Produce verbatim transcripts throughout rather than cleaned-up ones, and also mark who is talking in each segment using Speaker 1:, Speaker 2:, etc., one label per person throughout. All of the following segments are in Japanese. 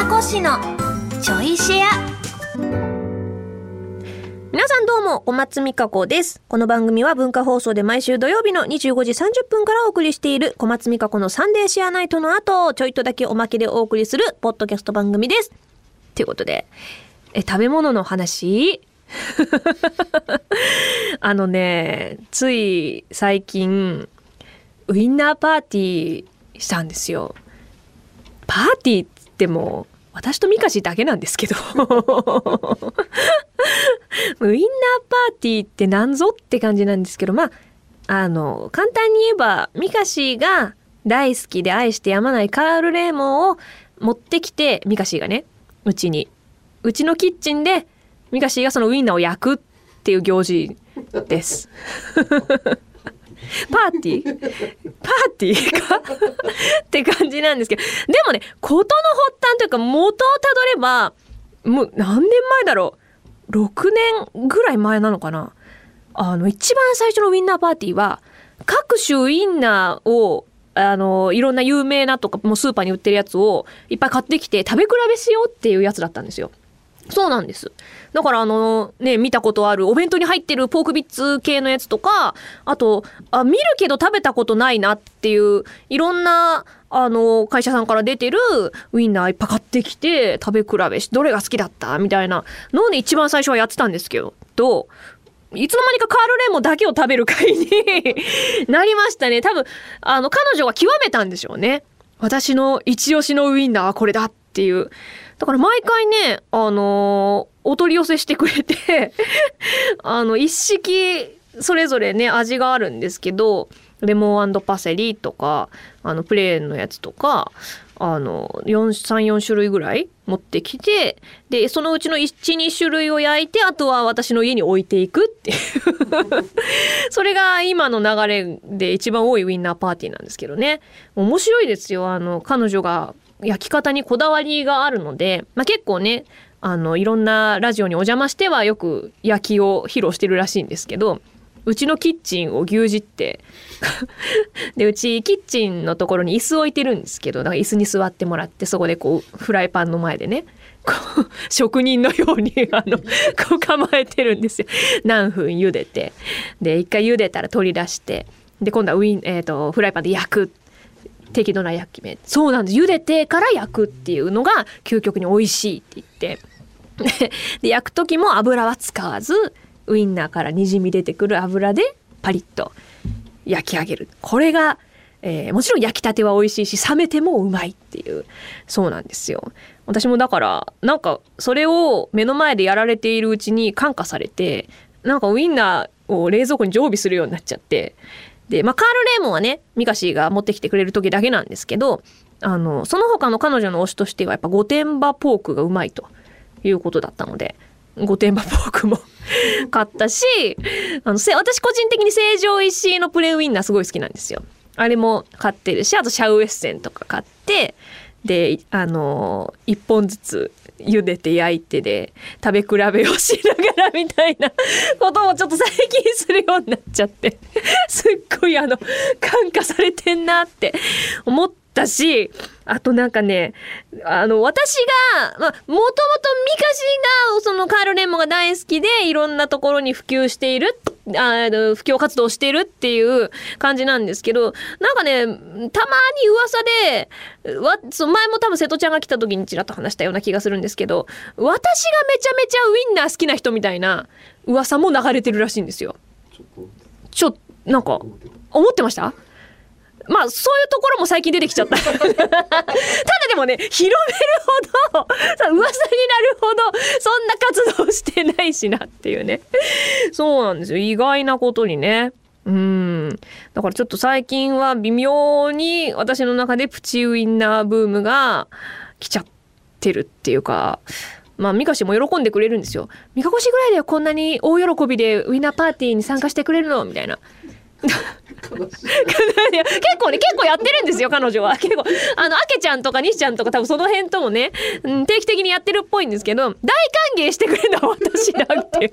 Speaker 1: かこ氏のちょいシェア。皆さんどうも、小松美香子です。この番組は文化放送で毎週土曜日のにじゅうごじさんじゅっぷんからお送りしている小松美香子のサンデーシェアナイトの後、ちょいとだけおまけでお送りするポッドキャスト番組です。ということで、え食べ物の話あのね、つい最近ウインナーパーティーしたんですよ。パーティーって言っても私とミカシだけなんですけどウインナーパーティーってなんぞって感じなんですけど、まああの簡単に言えばミカシが大好きで愛してやまないカールレーモンを持ってきて、ミカシがね、うちにうちのキッチンでミカシがそのウインナーを焼くっていう行事ですパーティーパーティーかって感じなんですけど、でもね、事の発端というか元をたどればもう何年前だろう、ろくねんぐらい前なのかな。あの一番最初のウインナーパーティーは各種ウインナーをあのいろんな有名なとかもうスーパーに売ってるやつをいっぱい買ってきて食べ比べしようっていうやつだったんですよ。そうなんです。だからあのね、見たことあるお弁当に入ってるポークビッツ系のやつとか、あとあ見るけど食べたことないなっていういろんなあの会社さんから出てるウインナーいっぱい買ってきて食べ比べし、どれが好きだったみたいなのをね、一番最初はやってたんですけど、といつの間にかカールレーモンだけを食べる会になりましたね。多分あの彼女は極めたんでしょうね。私の一押しのウインナーはこれだっていう。だから毎回ね、あのー、お取り寄せしてくれてあの一式それぞれね味があるんですけど、レモン&パセリとかあのプレーンのやつとかあのさん、よん種類ぐらい持ってきて、でそのうちのいち、に種類を焼いて、あとは私の家に置いていくっていうそれが今の流れで一番多いウインナーパーティーなんですけどね。面白いですよ。あの彼女が焼き方にこだわりがあるので、まあ、結構ねあのいろんなラジオにお邪魔してはよく焼きを披露してるらしいんですけど、うちのキッチンを牛耳ってでうちキッチンのところに椅子置いてるんですけど、だから椅子に座ってもらって、そこでこうフライパンの前でねこう職人のようにあのこう構えてるんですよ。何分茹でて、で一回茹でたら取り出して、で今度はウイン、えーと、フライパンで焼く、適度な焼き目。そうなんです。茹でてから焼くっていうのが究極に美味しいって言ってで焼く時も油は使わず、ウインナーからにじみ出てくる油でパリッと焼き上げる。これが、えー、もちろん焼きたては美味しいし、冷めてもうまいっていう。そうなんですよ。私もだからなんかそれを目の前でやられているうちに感化されて、なんかウインナーを冷蔵庫に常備するようになっちゃって、で、まあ、カールレーモンはねミカシーが持ってきてくれる時だけなんですけど、あのその他の彼女の推しとしてはやっぱ御殿場ポークがうまいということだったので、御殿場ポークも買ったし、あの私個人的に成城石井のプレーンウインナーすごい好きなんですよ。あれも買ってるし、あとシャウエッセンとか買って、であのいっぽんずつ茹でて焼いてで食べ比べをしながらみたいなことをちょっと最近するようになっちゃってすっごいあの感化されてんなって思ったし、あとなんかね、あの私がまあもともとミカシがそのカールレーモンが大好きでいろんなところに普及している、あの布教活動をしているっていう感じなんですけど、なんかねたまに噂でわそう前も多分瀬戸ちゃんが来た時にちらっと話したような気がするんですけど、私がめちゃめちゃウインナー好きな人みたいな噂も流れてるらしいんですよ。ちょなんか思ってました？まあそういうところも最近出てきちゃったただでもね、広めるほど噂になるほどそんな活動してないしなっていうねそうなんですよ。意外なことにね。うんだからちょっと最近は微妙に私の中でプチウインナーブームが来ちゃってるっていうか、まあミカシも喜んでくれるんですよ。ミカコシぐらいでこんなに大喜びでウインナーパーティーに参加してくれるのみたいな結構ね結構やってるんですよ彼女は。結構あのあけちゃんとか西ちゃんとか多分その辺ともね、うん、定期的にやってるっぽいんですけど、大歓迎してくれるのは私だって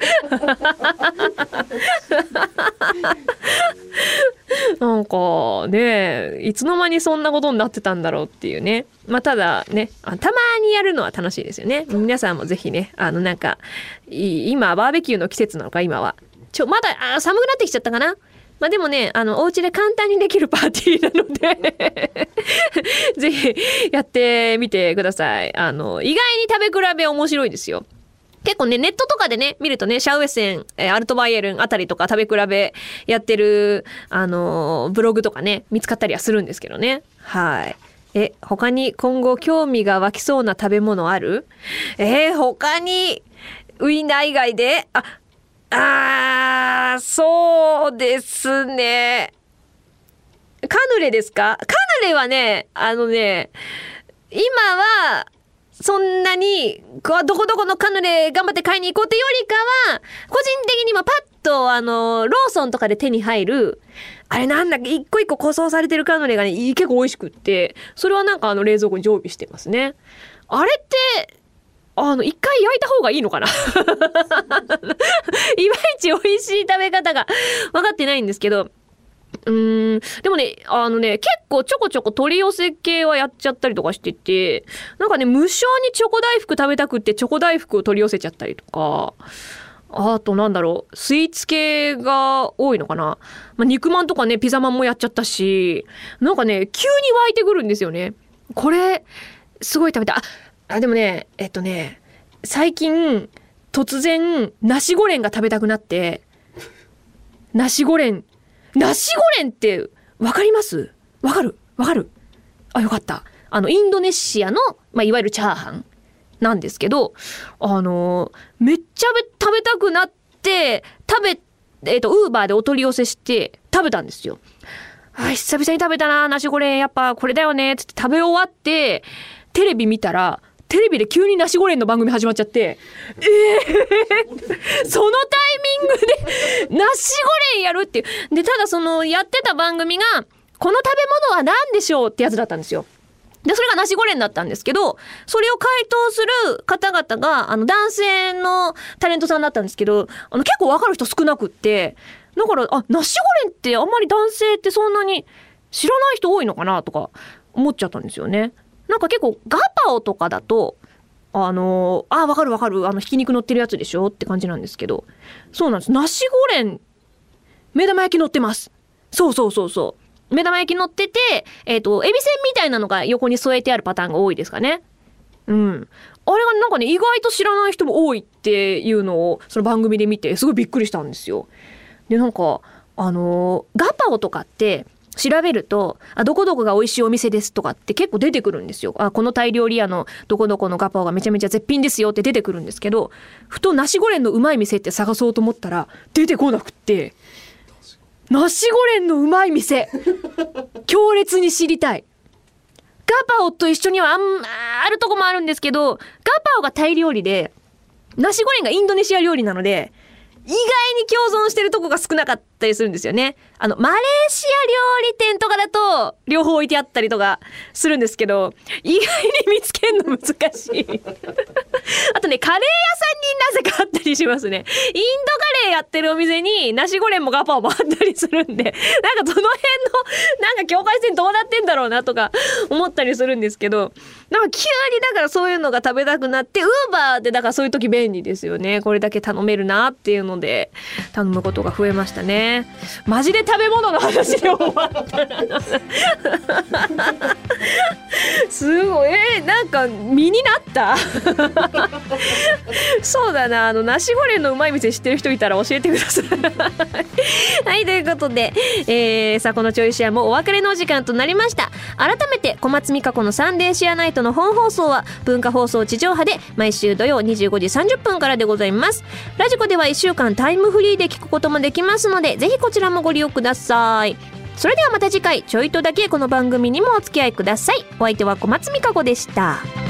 Speaker 1: なんかねいつの間にそんなことになってたんだろうっていうね。まあただねたまにやるのは楽しいですよね。皆さんもぜひねあのなんか今バーベキューの季節なのか今はちょまだあ寒くなってきちゃったかな。まあでもねあのお家で簡単にできるパーティーなのでぜひやってみてください。あの意外に食べ比べ面白いですよ。結構ねネットとかでね見るとねシャウエッセン、えー、アルトバイエルンあたりとか食べ比べやってるあのー、ブログとかね見つかったりはするんですけどね。はい。え他に今後興味が湧きそうな食べ物ある？えー、他にウインナー以外でああーそうですね。カヌレですか？カヌレはねあのね今はそんなにどこどこのカヌレ頑張って買いに行こうってよりかは個人的にもパッとあのローソンとかで手に入るあれなんだっけ一個一個個装されてるカヌレがね結構美味しくってそれはなんかあの冷蔵庫に常備してますね。あれってあの一回焼いた方がいいのかないまいち美味しい食べ方が分かってないんですけどうーんでもねあのね結構ちょこちょこ取り寄せ系はやっちゃったりとかしててなんかね無性にチョコ大福食べたくってチョコ大福を取り寄せちゃったりとかあとなんだろうスイーツ系が多いのかな、まあ、肉まんとかねピザまんもやっちゃったしなんかね急に湧いてくるんですよね。これすごい食べたああでもねえっとね最近突然ナシゴレンが食べたくなってナシゴレンナシゴレンってわかります？わかる？わかる？あよかった。あのインドネシアの、まあ、いわゆるチャーハンなんですけどあのめっちゃ食べたくなって食べえっとウーバーでお取り寄せして食べたんですよ。あ久々に食べたなナシゴレンやっぱこれだよねって食べ終わってテレビ見たらテレビで急にナシゴレンの番組始まっちゃってえー、そのタイミングでナシゴレンやるっていうでただそのやってた番組がこの食べ物は何でしょうってやつだったんですよ。でそれがナシゴレンだったんですけどそれを回答する方々があの男性のタレントさんだったんですけどあの結構分かる人少なくってだからあナシゴレンってあんまり男性ってそんなに知らない人多いのかなとか思っちゃったんですよね。なんか結構ガパオとかだとあのあ分かる分かるあのひき肉乗ってるやつでしょって感じなんですけどそうなんですナシゴレン目玉焼き乗ってます。そうそうそうそう目玉焼き乗っててえっとエビせんみたいなのが横に添えてあるパターンが多いですかね。うんあれがなんかね意外と知らない人も多いっていうのをその番組で見てすごいびっくりしたんですよ。でなんかあのガパオとかって調べるとあどこどこが美味しいお店ですとかって結構出てくるんですよ。あこのタイ料理屋のどこどこのガパオがめちゃめちゃ絶品ですよって出てくるんですけどふとナシゴレンのうまい店って探そうと思ったら出てこなくってナシゴレンのうまい店強烈に知りたい。ガパオと一緒にはあんあるとこもあるんですけどガパオがタイ料理でナシゴレンがインドネシア料理なので意外に共存してるとこが少なかったりするんですよね。あのマレーシア料理店とかだと両方置いてあったりとかするんですけど意外に見つけるの難しいあとねカレー屋さんになぜかあったりしますね。インドカレーやってるお店にナシゴレンもガパオもあったりするんでなんかその辺のなんか境界線どうなってんだろうなとか思ったりするんですけどなんか急にだからそういうのが食べたくなってウーバーでだからそういう時便利ですよね。これだけ頼めるなっていうので頼むことが増えましたね。マジで食べ物の話で終わったすごいえー、なんか身になったそうだなあのナシゴレンのうまい店知ってる人いたら教えてくださいはいということで、えー、さあこのちょいシェアもお別れのお時間となりました。改めて小松美香子のサンデーシェアナイトの本放送は文化放送地上波で毎週土曜にじゅうごじさんじゅっぷんからでございます。ラジコではいっしゅうかんタイムフリーで聞くこともできますのでぜひこちらもご利用ください。それではまた次回ちょいとだけこの番組にもお付き合いください。お相手は小松美香子でした。